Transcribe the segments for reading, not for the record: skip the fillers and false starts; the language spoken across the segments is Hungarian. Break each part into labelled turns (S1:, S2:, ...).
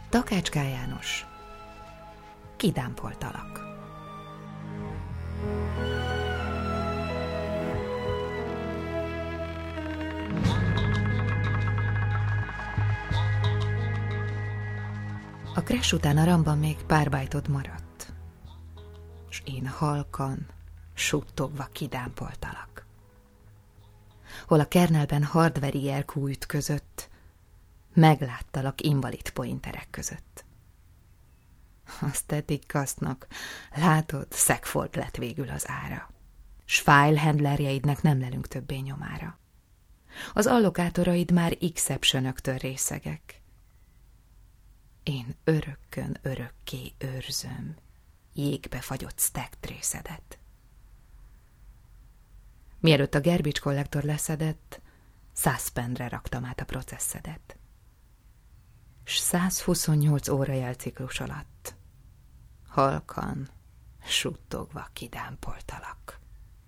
S1: Takácská János. Kidámpoltalak. A crash után a Ramban még pár bájtod maradt, s én halkan, suttogva kidámpoltalak. Hol a kernelben hardveri jelkú ütközött, megláttalak invalid pointerek között. Azt eddig kasznak, látod, Sackford lett végül az ára, s file-handlerjeidnek nem lelünk többé nyomára. Az allokátoraid már exceptionöktől részegek. Én örökkön örökké őrzöm jégbe fagyott stack trészedet. Mielőtt a garbage kollektor leszedett, suspendre raktam át a processzedet. S 128 óra jelciklus alatt halkan, suttogva kidámpoltalak.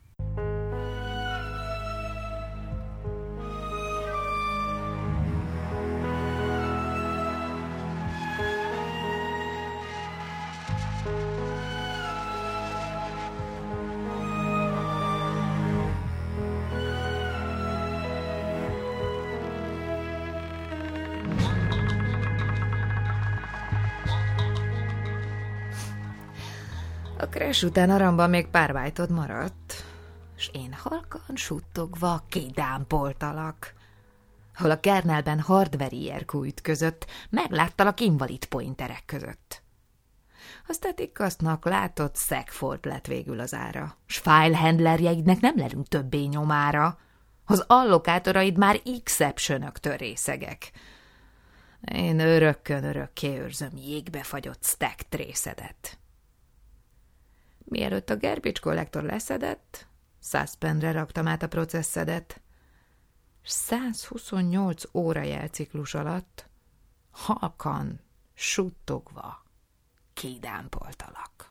S1: A crash után a Ramban még pár bájtod maradt, s én halkan suttogva kidámpoltalak. Hol a kernelben hardveri jelkú ütközött, megláttalak invalid pointerek között. A static kasznak látott Sackford lett végül az ára, s file-handlerjeidnek nem lelünk többé nyomára. Az allokátoraid már exceptionöktől részegek. Én örökkön örökké őrzöm jégbe fagyott stack trészedet. Mielőtt a garbage kollektor leszedett, suspendre raktam át a processzedet, s 128 óra jelciklus alatt halkan, suttogva kidámpoltalak.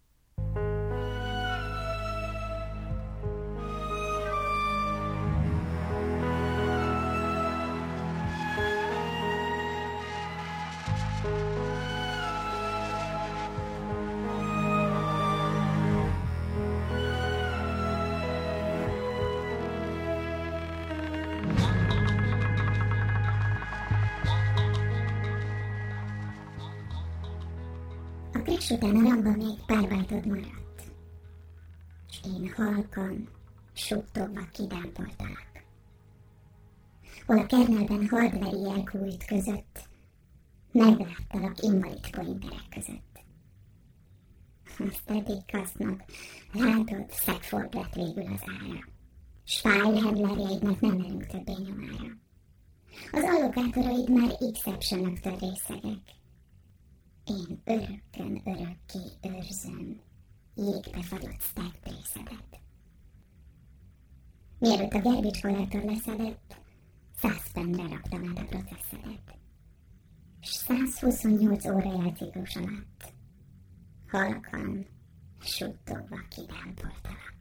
S2: A crash után a Ramban még pár bájtod maradt, s én halkan, suttogva kidámpoltalak. Hol a kernelben hardveri jelkú ütközött, megláttalak invalid pointerek között. Azt eddig kasznak, látod, Sackford lett végül az ára, s file-handlerjeidnek nem lelünk többé nyomára. Az allokátoraid már exceptionöktől részegek. Én örökkön örökké őrzöm jégbe fagyott stack trészedet. Mielőtt a garbage kollektor leszedett, suspendre raktam át a processzedet, s 128 óra jelciklus alatt halkan, suttogva kidámpoltalak.